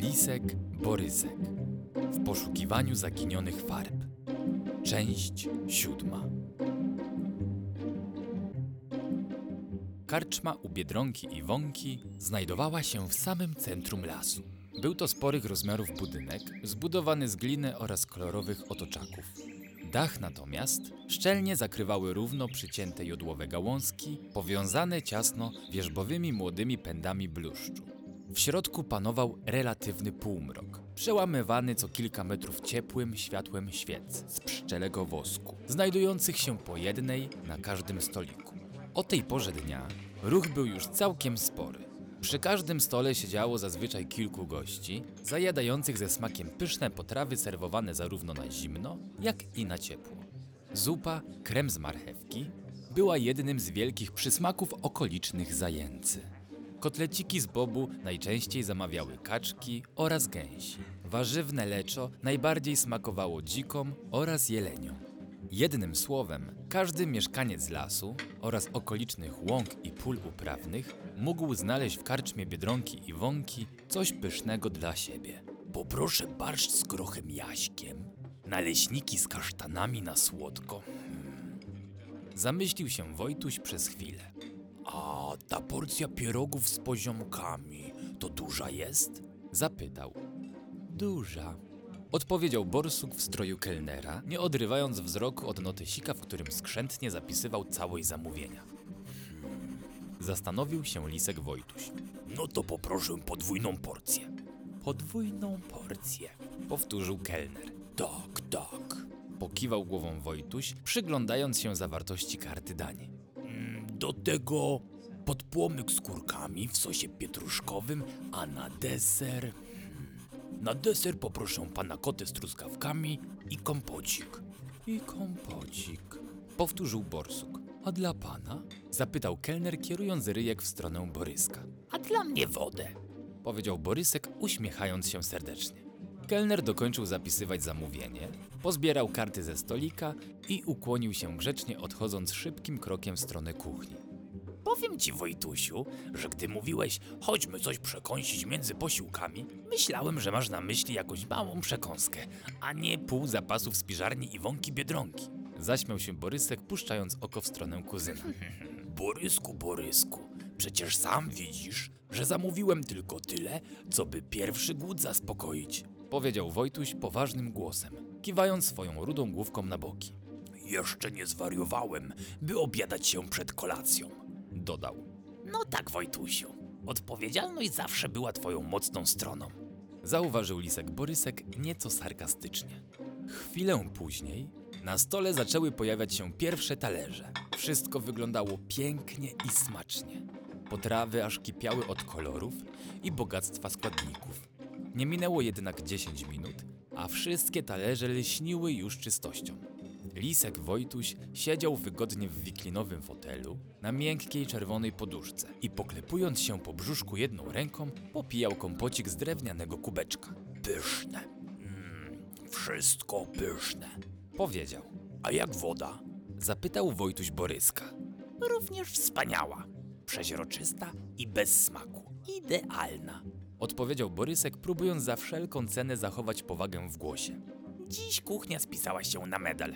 Lisek Borysek w poszukiwaniu zaginionych farb. Część 7. Karczma u Biedronki Iwonki znajdowała się w samym centrum lasu. Był to sporych rozmiarów budynek, zbudowany z gliny oraz kolorowych otoczaków. Dach natomiast szczelnie zakrywały równo przycięte jodłowe gałązki, powiązane ciasno wierzbowymi młodymi pędami bluszczu. W środku panował relatywny półmrok, przełamywany co kilka metrów ciepłym światłem świec z pszczelego wosku, znajdujących się po jednej na każdym stoliku. O tej porze dnia ruch był już całkiem spory. Przy każdym stole siedziało zazwyczaj kilku gości, zajadających ze smakiem pyszne potrawy serwowane zarówno na zimno, jak i na ciepło. Zupa, krem z marchewki, była jednym z wielkich przysmaków okolicznych zajęcy. Kotleciki z bobu najczęściej zamawiały kaczki oraz gęsi. Warzywne leczo najbardziej smakowało dzikom oraz jeleniom. Jednym słowem, każdy mieszkaniec lasu oraz okolicznych łąk i pól uprawnych mógł znaleźć w karczmie Biedronki Iwonki coś pysznego dla siebie. Poproszę barszcz z grochem jaśkiem, naleśniki z kasztanami na słodko. Zamyślił się Wojtuś przez chwilę. A ta porcja pierogów z poziomkami to duża jest? Zapytał. Duża. Odpowiedział borsuk w stroju kelnera, nie odrywając wzroku od notesika, w którym skrzętnie zapisywał całość zamówienia. Zastanowił się Lisek Wojtuś. No to poproszę podwójną porcję. Podwójną porcję, powtórzył kelner. Tak, tak. Pokiwał głową Wojtuś, przyglądając się zawartości karty dań. Do tego podpłomyk z kurkami w sosie pietruszkowym, a na deser... Na deser poproszę pana kotę z truskawkami i kompocik. I kompocik, powtórzył borsuk. A dla pana? Zapytał kelner, kierując ryjek w stronę Boryska. A dla mnie wodę, powiedział Borysek, uśmiechając się serdecznie. Kelner dokończył zapisywać zamówienie, pozbierał karty ze stolika i ukłonił się grzecznie, odchodząc szybkim krokiem w stronę kuchni. Powiem ci, Wojtusiu, że gdy mówiłeś, chodźmy coś przekąsić między posiłkami, myślałem, że masz na myśli jakąś małą przekąskę, a nie pół zapasów z piżarni Iwonki Biedronki. Zaśmiał się Borysek, puszczając oko w stronę kuzyna. Borysku, przecież sam widzisz, że zamówiłem tylko tyle, co by pierwszy głód zaspokoić, powiedział Wojtuś poważnym głosem, kiwając swoją rudą główką na boki. Jeszcze nie zwariowałem, by obiadać się przed kolacją, dodał. No tak, Wojtusiu, odpowiedzialność zawsze była twoją mocną stroną, zauważył Lisek Borysek nieco sarkastycznie. Chwilę później na stole zaczęły pojawiać się pierwsze talerze. Wszystko wyglądało pięknie i smacznie. Potrawy aż kipiały od kolorów i bogactwa składników. Nie minęło jednak 10 minut, a wszystkie talerze lśniły już czystością. Lisek Wojtuś siedział wygodnie w wiklinowym fotelu na miękkiej czerwonej poduszce i poklepując się po brzuszku jedną ręką, popijał kompocik z drewnianego kubeczka. Pyszne. Wszystko pyszne, powiedział. A jak woda? Zapytał Wojtuś Boryska. Również wspaniała, przeźroczysta i bez smaku. Idealna, odpowiedział Borysek, próbując za wszelką cenę zachować powagę w głosie. Dziś kuchnia spisała się na medal.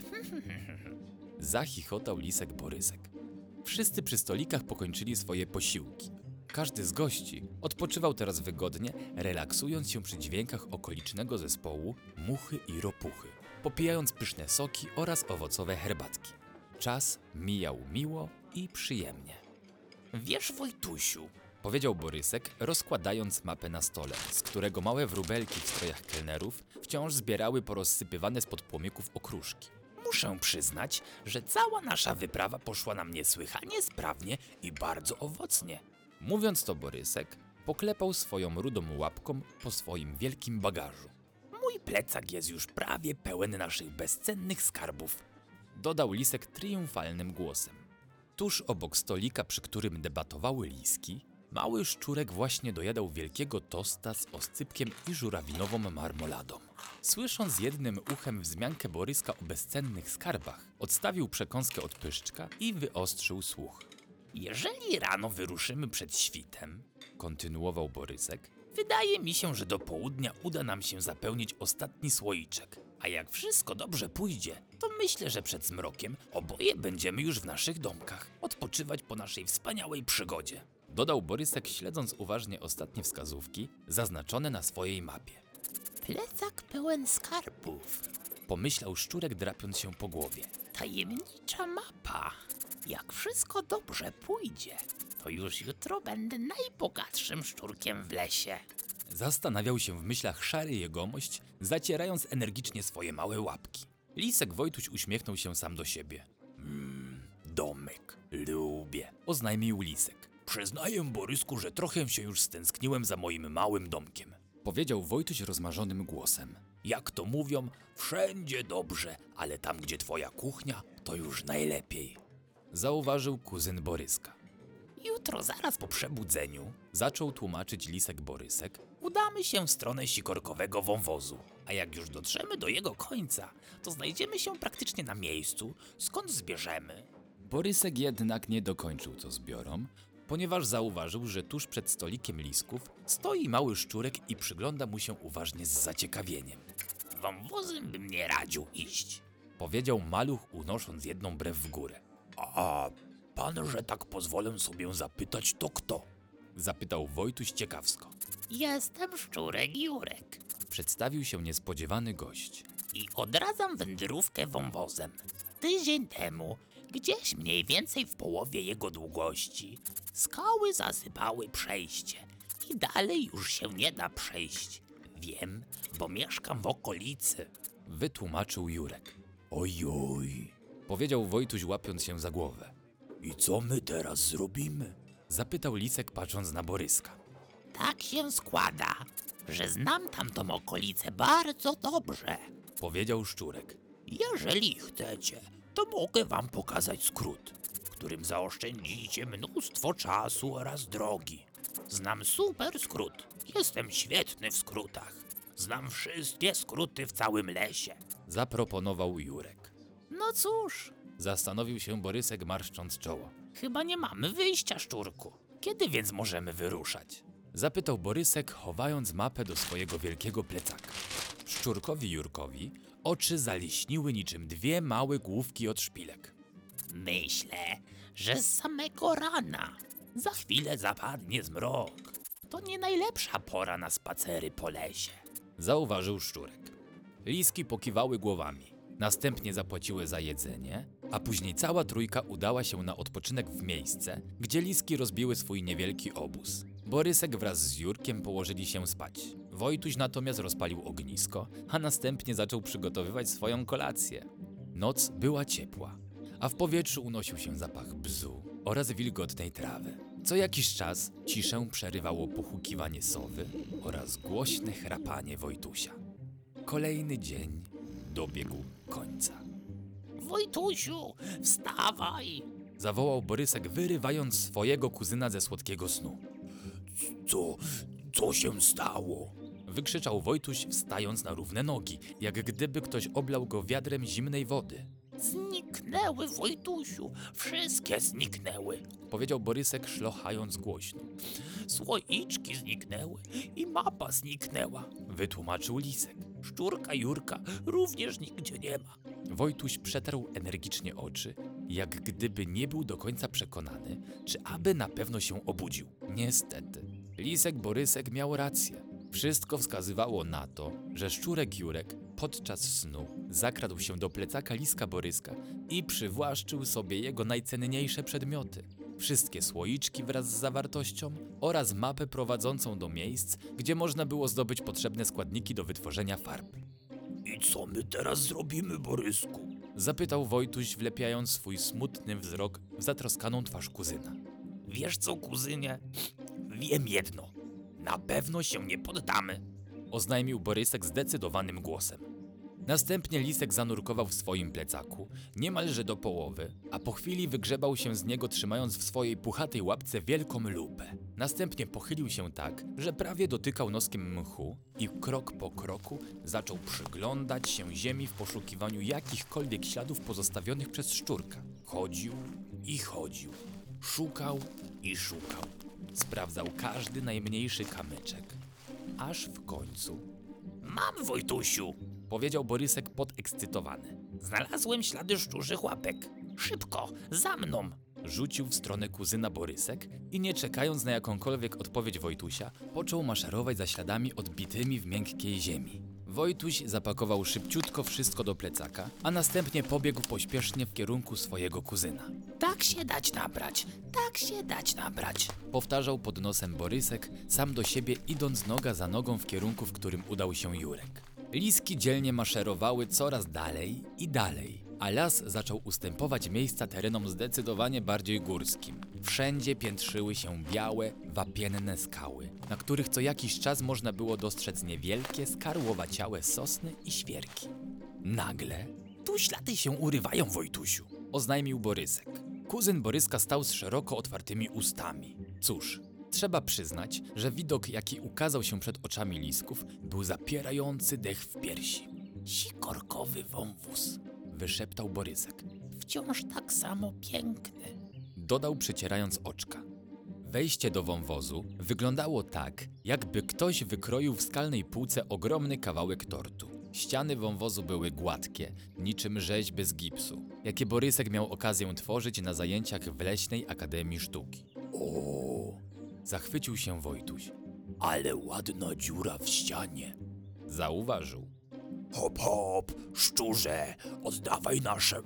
Zachichotał Lisek Borysek. Wszyscy przy stolikach pokończyli swoje posiłki. Każdy z gości odpoczywał teraz wygodnie, relaksując się przy dźwiękach okolicznego zespołu muchy i ropuchy, popijając pyszne soki oraz owocowe herbatki. Czas mijał miło i przyjemnie. Wiesz, Wojtusiu, powiedział Borysek, rozkładając mapę na stole, z którego małe wróbelki w strojach kelnerów wciąż zbierały porozsypywane spod płomyków okruszki. Muszę przyznać, że cała nasza wyprawa poszła nam niesłychanie sprawnie i bardzo owocnie. Mówiąc to, Borysek poklepał swoją rudą łapką po swoim wielkim bagażu. Mój plecak jest już prawie pełen naszych bezcennych skarbów, dodał Lisek triumfalnym głosem. Tuż obok stolika, przy którym debatowały liski, mały szczurek właśnie dojadał wielkiego tosta z oscypkiem i żurawinową marmoladą. Słysząc jednym uchem wzmiankę Boryska o bezcennych skarbach, odstawił przekąskę od pyszczka i wyostrzył słuch. Jeżeli rano wyruszymy przed świtem, kontynuował Borysek, Wydaje mi się, że do południa uda nam się zapełnić ostatni słoiczek. A jak wszystko dobrze pójdzie, to myślę, że przed zmrokiem oboje będziemy już w naszych domkach, odpoczywać po naszej wspaniałej przygodzie. Dodał Borysek, śledząc uważnie ostatnie wskazówki zaznaczone na swojej mapie. Plecak pełen skarbów, pomyślał Szczurek, drapiąc się po głowie. Tajemnicza mapa. Jak wszystko dobrze pójdzie, to już jutro będę najbogatszym szczurkiem w lesie. Zastanawiał się w myślach szary jegomość, zacierając energicznie swoje małe łapki. Lisek Wojtuś uśmiechnął się sam do siebie. Domek, lubię, oznajmił Lisek. Przyznaję, Borysku, że trochę się już stęskniłem za moim małym domkiem, powiedział Wojtuś rozmarzonym głosem. Jak to mówią, wszędzie dobrze, ale tam, gdzie twoja kuchnia, to już najlepiej, zauważył kuzyn Boryska. Jutro zaraz po przebudzeniu, zaczął tłumaczyć Lisek Borysek, udamy się w stronę sikorkowego wąwozu, a jak już dotrzemy do jego końca, to znajdziemy się praktycznie na miejscu, skąd zbierzemy. Borysek jednak nie dokończył co zbiorom, ponieważ zauważył, że tuż przed stolikiem lisków stoi mały szczurek i przygląda mu się uważnie z zaciekawieniem. Wąwozem bym nie radził iść, powiedział maluch, unosząc jedną brew w górę. A pan, że tak pozwolę sobie zapytać, to kto? Zapytał Wojtuś ciekawsko. Jestem Szczurek Jurek, przedstawił się niespodziewany gość. I odradzam wędrówkę wąwozem. Tydzień temu, gdzieś mniej więcej w połowie jego długości, skały zasypały przejście i dalej już się nie da przejść. Wiem, bo mieszkam w okolicy, wytłumaczył Jurek. Ojoj, powiedział Wojtuś, łapiąc się za głowę. I co my teraz zrobimy? Zapytał Lisek, patrząc na Boryska. Tak się składa, że znam tamtą okolicę bardzo dobrze, powiedział Szczurek. Jeżeli chcecie, to mogę wam pokazać skrót, w którym zaoszczędzicie mnóstwo czasu oraz drogi. Znam super skrót. Jestem świetny w skrótach. Znam wszystkie skróty w całym lesie, zaproponował Jurek. No cóż, zastanowił się Borysek, marszcząc czoło. Chyba nie mamy wyjścia, Szczurku. Kiedy więc możemy wyruszać? Zapytał Borysek, chowając mapę do swojego wielkiego plecaka. Szczurkowi Jurkowi oczy zaliśniły niczym dwie małe główki od szpilek. Myślę, że z samego rana. Za chwilę zapadnie zmrok. To nie najlepsza pora na spacery po lesie, zauważył Szczurek. Liski pokiwały głowami, następnie zapłaciły za jedzenie, a później cała trójka udała się na odpoczynek w miejsce, gdzie liski rozbiły swój niewielki obóz. Borysek wraz z Jurkiem położyli się spać. Wojtuś natomiast rozpalił ognisko, a następnie zaczął przygotowywać swoją kolację. Noc była ciepła, a w powietrzu unosił się zapach bzu oraz wilgotnej trawy. Co jakiś czas ciszę przerywało pochukiwanie sowy oraz głośne chrapanie Wojtusia. Kolejny dzień dobiegł końca. Wojtusiu, wstawaj! Zawołał Borysek, wyrywając swojego kuzyna ze słodkiego snu. Co się stało? Wykrzyczał Wojtuś, wstając na równe nogi, jak gdyby ktoś oblał go wiadrem zimnej wody. Zniknęły, Wojtusiu, wszystkie zniknęły, powiedział Borysek, szlochając głośno. Słoiczki zniknęły i mapa zniknęła, wytłumaczył Lisek. Szczurka Jurka również nigdzie nie ma. Wojtuś przetarł energicznie oczy, jak gdyby nie był do końca przekonany, czy aby na pewno się obudził. Niestety, Lisek Borysek miał rację. Wszystko wskazywało na to, że Szczurek Jurek podczas snu zakradł się do plecaka Liska Boryska i przywłaszczył sobie jego najcenniejsze przedmioty. Wszystkie słoiczki wraz z zawartością oraz mapę prowadzącą do miejsc, gdzie można było zdobyć potrzebne składniki do wytworzenia farb. I co my teraz zrobimy, Borysku? Zapytał Wojtuś, wlepiając swój smutny wzrok w zatroskaną twarz kuzyna. Wiesz co, kuzynie? Wiem jedno. Na pewno się nie poddamy, oznajmił Borysek zdecydowanym głosem. Następnie Lisek zanurkował w swoim plecaku, niemalże do połowy, a po chwili wygrzebał się z niego, trzymając w swojej puchatej łapce wielką lupę. Następnie pochylił się tak, że prawie dotykał noskiem mchu i krok po kroku zaczął przyglądać się ziemi w poszukiwaniu jakichkolwiek śladów pozostawionych przez szczurka. Chodził i chodził, szukał i szukał. Sprawdzał każdy najmniejszy kamyczek, Aż w końcu Mam, Wojtusiu! powiedział Borysek podekscytowany. Znalazłem ślady szczurzych łapek. Szybko, za mną! Rzucił w stronę kuzyna Borysek i nie czekając na jakąkolwiek odpowiedź Wojtusia, począł maszerować za śladami odbitymi w miękkiej ziemi. Wojtuś zapakował szybciutko wszystko do plecaka, a następnie pobiegł pośpiesznie w kierunku swojego kuzyna. Tak się dać nabrać, tak się dać nabrać. Powtarzał pod nosem Borysek, sam do siebie idąc noga za nogą w kierunku, w którym udał się Jurek. Liski dzielnie maszerowały coraz dalej i dalej, a las zaczął ustępować miejsca terenom zdecydowanie bardziej górskim. Wszędzie piętrzyły się białe, wapienne skały, na których co jakiś czas można było dostrzec niewielkie, skarłowaciałe sosny i świerki. Nagle Tu ślady się urywają, Wojtusiu. oznajmił Borysek. Kuzyn Boryska stał z szeroko otwartymi ustami. Cóż, trzeba przyznać, że widok, jaki ukazał się przed oczami Lisków, był zapierający dech w piersi. Sikorkowy wąwóz. Wyszeptał Borysek. Wciąż tak samo piękny. Dodał, przecierając oczka. Wejście do wąwozu wyglądało tak, jakby ktoś wykroił w skalnej półce ogromny kawałek tortu. Ściany wąwozu były gładkie, niczym rzeźby z gipsu, jakie Borysek miał okazję tworzyć na zajęciach w Leśnej Akademii Sztuki. O, Zachwycił się Wojtuś. ale ładna dziura w ścianie. Zauważył. Hop, hop, szczurze, oddawaj nasze...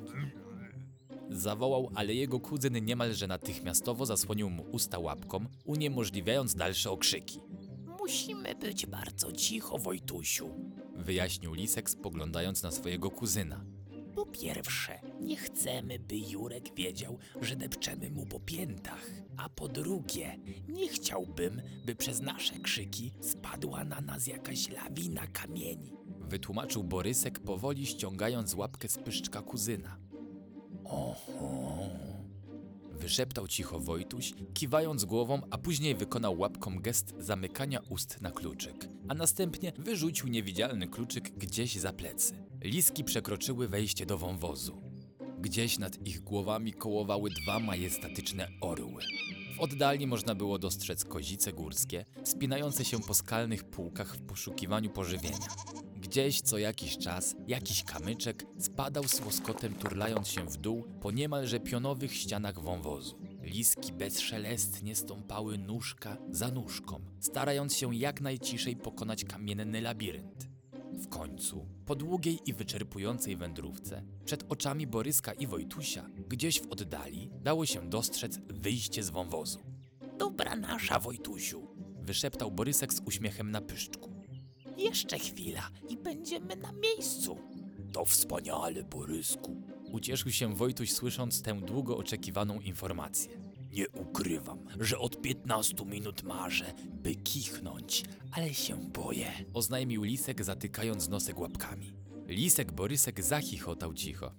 Zawołał, ale jego kuzyn niemalże natychmiastowo zasłonił mu usta łapką, uniemożliwiając dalsze okrzyki. Musimy być bardzo cicho, Wojtusiu. Wyjaśnił Lisek, spoglądając na swojego kuzyna. Po pierwsze, nie chcemy, by Jurek wiedział, że depczemy mu po piętach. A po drugie, nie chciałbym, by przez nasze krzyki spadła na nas jakaś lawina kamieni. Wytłumaczył Borysek, powoli ściągając łapkę z pyszczka kuzyna. Oho. Wyszeptał cicho Wojtuś, kiwając głową, a później wykonał łapką gest zamykania ust na kluczyk, a następnie wyrzucił niewidzialny kluczyk gdzieś za plecy. Liski przekroczyły wejście do wąwozu. Gdzieś nad ich głowami kołowały dwa majestatyczne orły. W oddali można było dostrzec kozice górskie, spinające się po skalnych półkach w poszukiwaniu pożywienia. Gdzieś co jakiś czas jakiś kamyczek spadał z łoskotem, turlając się w dół po niemalże pionowych ścianach wąwozu. Liski bezszelestnie stąpały nóżka za nóżką, starając się jak najciszej pokonać kamienny labirynt. W końcu, po długiej i wyczerpującej wędrówce, przed oczami Boryska i Wojtusia, gdzieś w oddali, dało się dostrzec wyjście z wąwozu. Dobra nasza, Wojtusiu. Wyszeptał Borysek z uśmiechem na pyszczku. Jeszcze chwila i będziemy na miejscu. To wspaniale, Borysku. Ucieszył się Wojtuś, słysząc tę długo oczekiwaną informację. Nie ukrywam, że od 15 minut marzę, by kichnąć, ale się boję. Oznajmił Lisek, zatykając nosek łapkami. Lisek Borysek zachichotał cicho.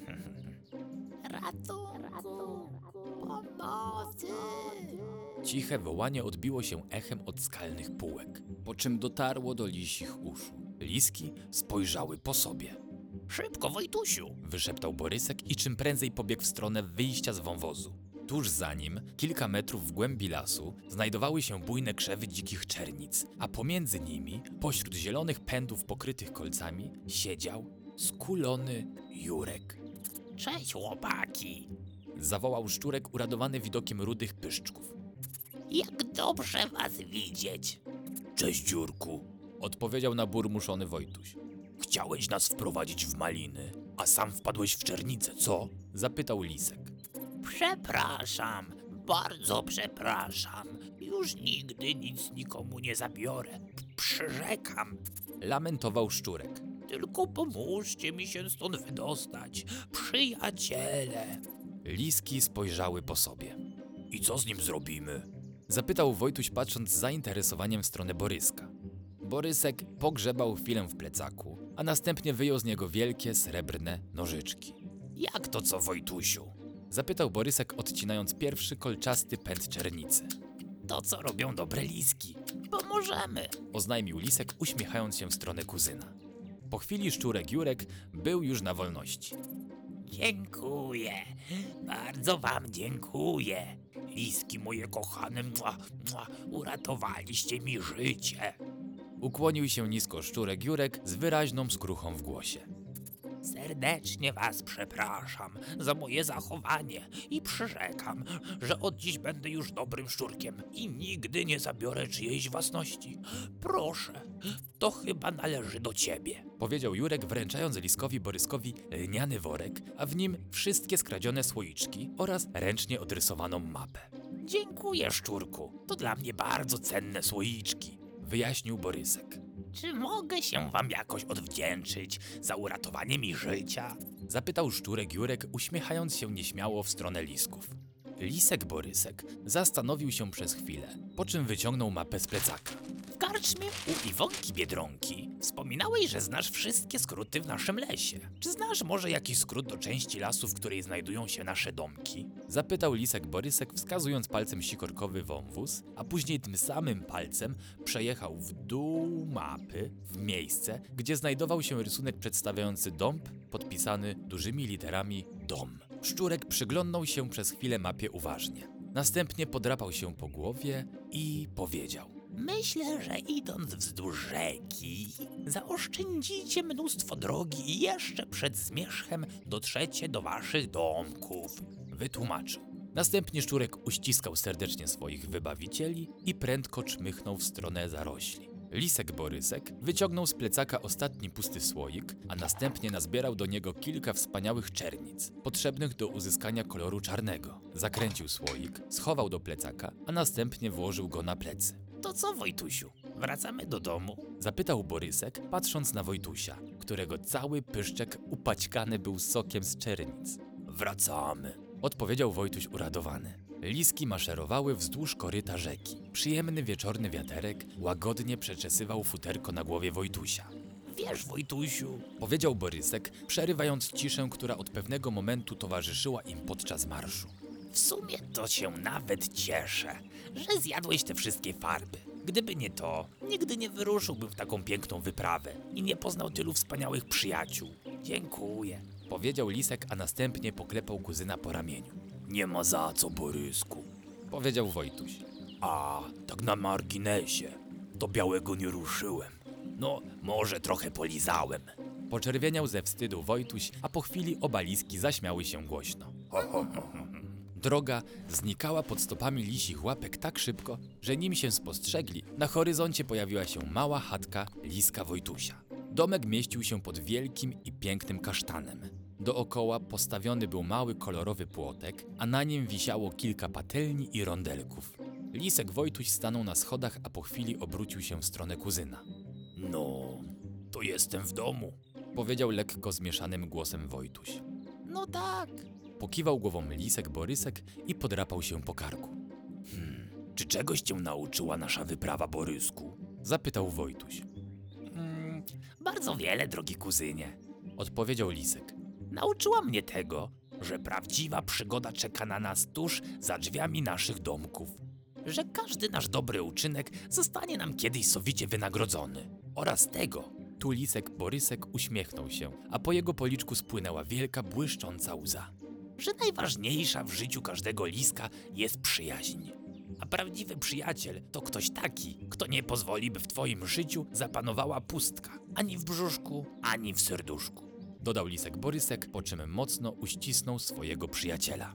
Ratunku, pomocy. Ciche wołanie odbiło się echem od skalnych półek, po czym dotarło do lisich uszu. Liski spojrzały po sobie. Szybko, Wojtusiu. Wyszeptał Borysek i czym prędzej pobiegł w stronę wyjścia z wąwozu. Tuż za nim, kilka metrów w głębi lasu, znajdowały się bujne krzewy dzikich czernic, a pomiędzy nimi, pośród zielonych pędów pokrytych kolcami, siedział skulony Jurek. Cześć, chłopaki. Zawołał Szczurek, uradowany widokiem rudych pyszczków. Jak dobrze was widzieć. Cześć, Jurku, odpowiedział naburmuszony Wojtuś. Chciałeś nas wprowadzić w maliny, a sam wpadłeś w czernicę, co? Zapytał Lisek. Przepraszam, bardzo przepraszam. Już nigdy nic nikomu nie zabiorę. Przyrzekam. Lamentował Szczurek. Tylko pomóżcie mi się stąd wydostać, przyjaciele. Liski spojrzały po sobie. I co z nim zrobimy? Zapytał Wojtuś, patrząc z zainteresowaniem w stronę Boryska. Borysek pogrzebał chwilę w plecaku, a następnie wyjął z niego wielkie, srebrne nożyczki. Jak to co, Wojtusiu? Zapytał Borysek, odcinając pierwszy kolczasty pęd czernicy. To, co robią dobre liski. Pomożemy. Oznajmił Lisek, uśmiechając się w stronę kuzyna. Po chwili Szczurek Jurek był już na wolności. Dziękuję. Bardzo wam dziękuję. Liski moje kochane, uratowaliście mi życie. Ukłonił się nisko szczurek Jurek z wyraźną skruchą w głosie. Serdecznie was przepraszam za moje zachowanie i przyrzekam, że od dziś będę już dobrym szczurkiem i nigdy nie zabiorę czyjejś własności. Proszę, to chyba należy do ciebie. Powiedział Jurek, wręczając Liskowi Boryskowi lniany worek, a w nim wszystkie skradzione słoiczki oraz ręcznie odrysowaną mapę. Dziękuję, szczurku. To dla mnie bardzo cenne słoiczki. Wyjaśnił Borysek. Czy mogę się wam jakoś odwdzięczyć za uratowanie mi życia? Zapytał szczurek Jurek, uśmiechając się nieśmiało w stronę lisków. Lisek Borysek zastanowił się przez chwilę, po czym wyciągnął mapę z plecaka. W karczmie u Iwonki Biedronki wspominałeś, że znasz wszystkie skróty w naszym lesie. Czy znasz może jakiś skrót do części lasu, w której znajdują się nasze domki? Zapytał Lisek Borysek, wskazując palcem sikorkowy wąwóz, a później tym samym palcem przejechał w dół mapy w miejsce, gdzie znajdował się rysunek przedstawiający dąb podpisany dużymi literami DOM. Szczurek przyglądał się przez chwilę mapie uważnie. Następnie podrapał się po głowie i powiedział. Myślę, że idąc wzdłuż rzeki, zaoszczędzicie mnóstwo drogi i jeszcze przed zmierzchem dotrzecie do waszych domków. Wytłumaczył. Następnie szczurek uściskał serdecznie swoich wybawicieli i prędko czmychnął w stronę zarośli. Lisek Borysek wyciągnął z plecaka ostatni pusty słoik, a następnie nazbierał do niego kilka wspaniałych czernic, potrzebnych do uzyskania koloru czarnego. Zakręcił słoik, schował do plecaka, a następnie włożył go na plecy. To co, Wojtusiu, wracamy do domu? Zapytał Borysek, patrząc na Wojtusia, którego cały pyszczek upaćkany był sokiem z czernic. Wracamy. Odpowiedział Wojtuś uradowany. Liski maszerowały wzdłuż koryta rzeki. Przyjemny wieczorny wiaterek łagodnie przeczesywał futerko na głowie Wojtusia. Wiesz, Wojtusiu, Powiedział Borysek, przerywając ciszę, która od pewnego momentu towarzyszyła im podczas marszu. w sumie to się nawet cieszę, że zjadłeś te wszystkie farby. Gdyby nie to, nigdy nie wyruszyłbym w taką piękną wyprawę i nie poznał tylu wspaniałych przyjaciół. Dziękuję. Powiedział Lisek, a następnie poklepał kuzyna po ramieniu. Nie ma za co, Borysku. Powiedział Wojtuś. A, tak na marginesie, do białego nie ruszyłem. No, może trochę polizałem. Poczerwieniał ze wstydu Wojtuś, a po chwili oba liski zaśmiały się głośno. Droga znikała pod stopami lisich łapek tak szybko, że nim się spostrzegli, na horyzoncie pojawiła się mała chatka liska Wojtusia. Domek mieścił się pod wielkim i pięknym kasztanem. Dookoła postawiony był mały kolorowy płotek, a na nim wisiało kilka patelni i rondelków. Lisek Wojtuś stanął na schodach, a po chwili obrócił się w stronę kuzyna. No, to jestem w domu. Powiedział lekko zmieszanym głosem Wojtuś. No tak. Pokiwał głową Lisek Borysek i podrapał się po karku. Czy czegoś cię nauczyła nasza wyprawa, Borysku? Zapytał Wojtuś. Bardzo wiele, drogi kuzynie. Odpowiedział Lisek. Nauczyła mnie tego, że prawdziwa przygoda czeka na nas tuż za drzwiami naszych domków. Że każdy nasz dobry uczynek zostanie nam kiedyś sowicie wynagrodzony. Oraz tego, Tu Lisek Borysek uśmiechnął się, a po jego policzku spłynęła wielka, błyszcząca łza. że najważniejsza w życiu każdego liska jest przyjaźń. A prawdziwy przyjaciel to ktoś taki, kto nie pozwoli, by w twoim życiu zapanowała pustka. Ani w brzuszku, ani w serduszku. Dodał Lisek Borysek, po czym mocno uścisnął swojego przyjaciela.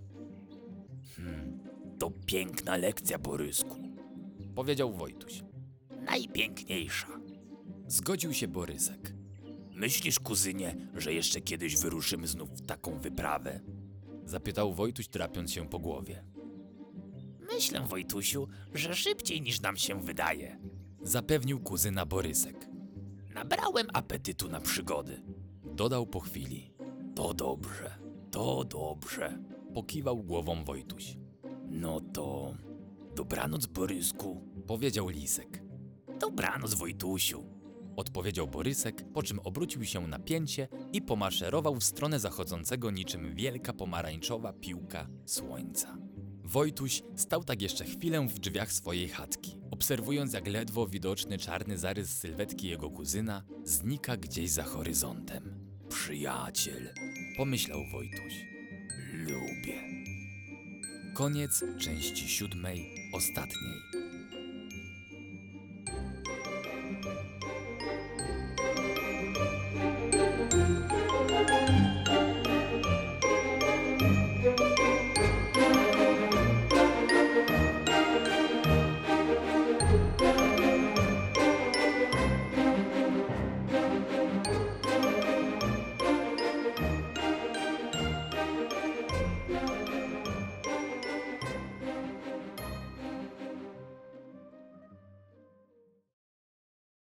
To piękna lekcja, Borysku. Powiedział Wojtuś. Najpiękniejsza. Zgodził się Borysek. Myślisz, kuzynie, że jeszcze kiedyś wyruszymy znów w taką wyprawę? Zapytał Wojtuś, drapiąc się po głowie. Myślę, Wojtusiu, że szybciej niż nam się wydaje. Zapewnił kuzyna Borysek. Nabrałem apetytu na przygody. Dodał po chwili. To dobrze, to dobrze. Pokiwał głową Wojtuś. No to dobranoc, Borysku. Powiedział Lisek. Dobranoc, Wojtusiu. Odpowiedział Borysek, po czym obrócił się na pięcie i pomaszerował w stronę zachodzącego niczym wielka pomarańczowa piłka słońca. Wojtuś stał tak jeszcze chwilę w drzwiach swojej chatki, obserwując jak ledwo widoczny czarny zarys sylwetki jego kuzyna znika gdzieś za horyzontem. Przyjaciel, Pomyślał Wojtuś. lubię. Koniec części 7, ostatniej.